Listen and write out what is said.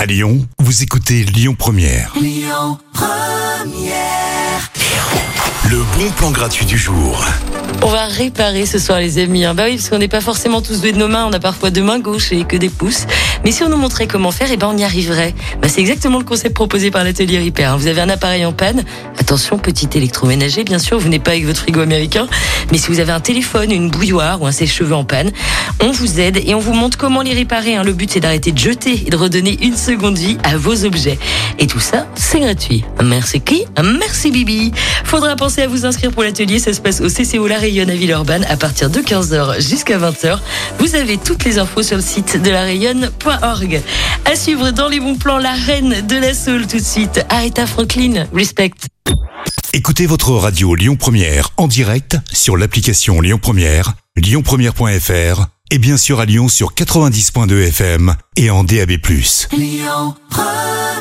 À Lyon, vous écoutez Lyon Première. Lyon Première. Le bon plan gratuit du jour. On va réparer ce soir, les amis. Bah oui, parce qu'on n'est pas forcément tous doués de nos mains. On a parfois deux mains gauches et que des pouces. Mais si on nous montrait comment faire, on y arriverait. C'est exactement le concept proposé par l'atelier Repair. Vous avez un appareil en panne. Attention, petit électroménager, bien sûr. Vous n'êtes pas avec votre frigo américain. Mais si vous avez un téléphone, une bouilloire ou un sèche-cheveux en panne, on vous aide et on vous montre comment les réparer. Le but, c'est d'arrêter de jeter et de redonner une seconde vie à vos objets. Et tout ça, c'est gratuit. Merci qui ? Merci Bibi. Faudra penser à vous inscrire pour l'atelier. Ça se passe au CCO La Rayonne à Villeurbanne à partir de 15h jusqu'à 20h. Vous avez toutes les infos sur le site de larayonne.org. À suivre dans les bons plans, la reine de la soul tout de suite. Aretha Franklin, respect. Écoutez votre radio Lyon Première en direct sur l'application Lyon Première, lyonpremière.fr et bien sûr à Lyon sur 90.2 FM et en DAB+. Lyon Première.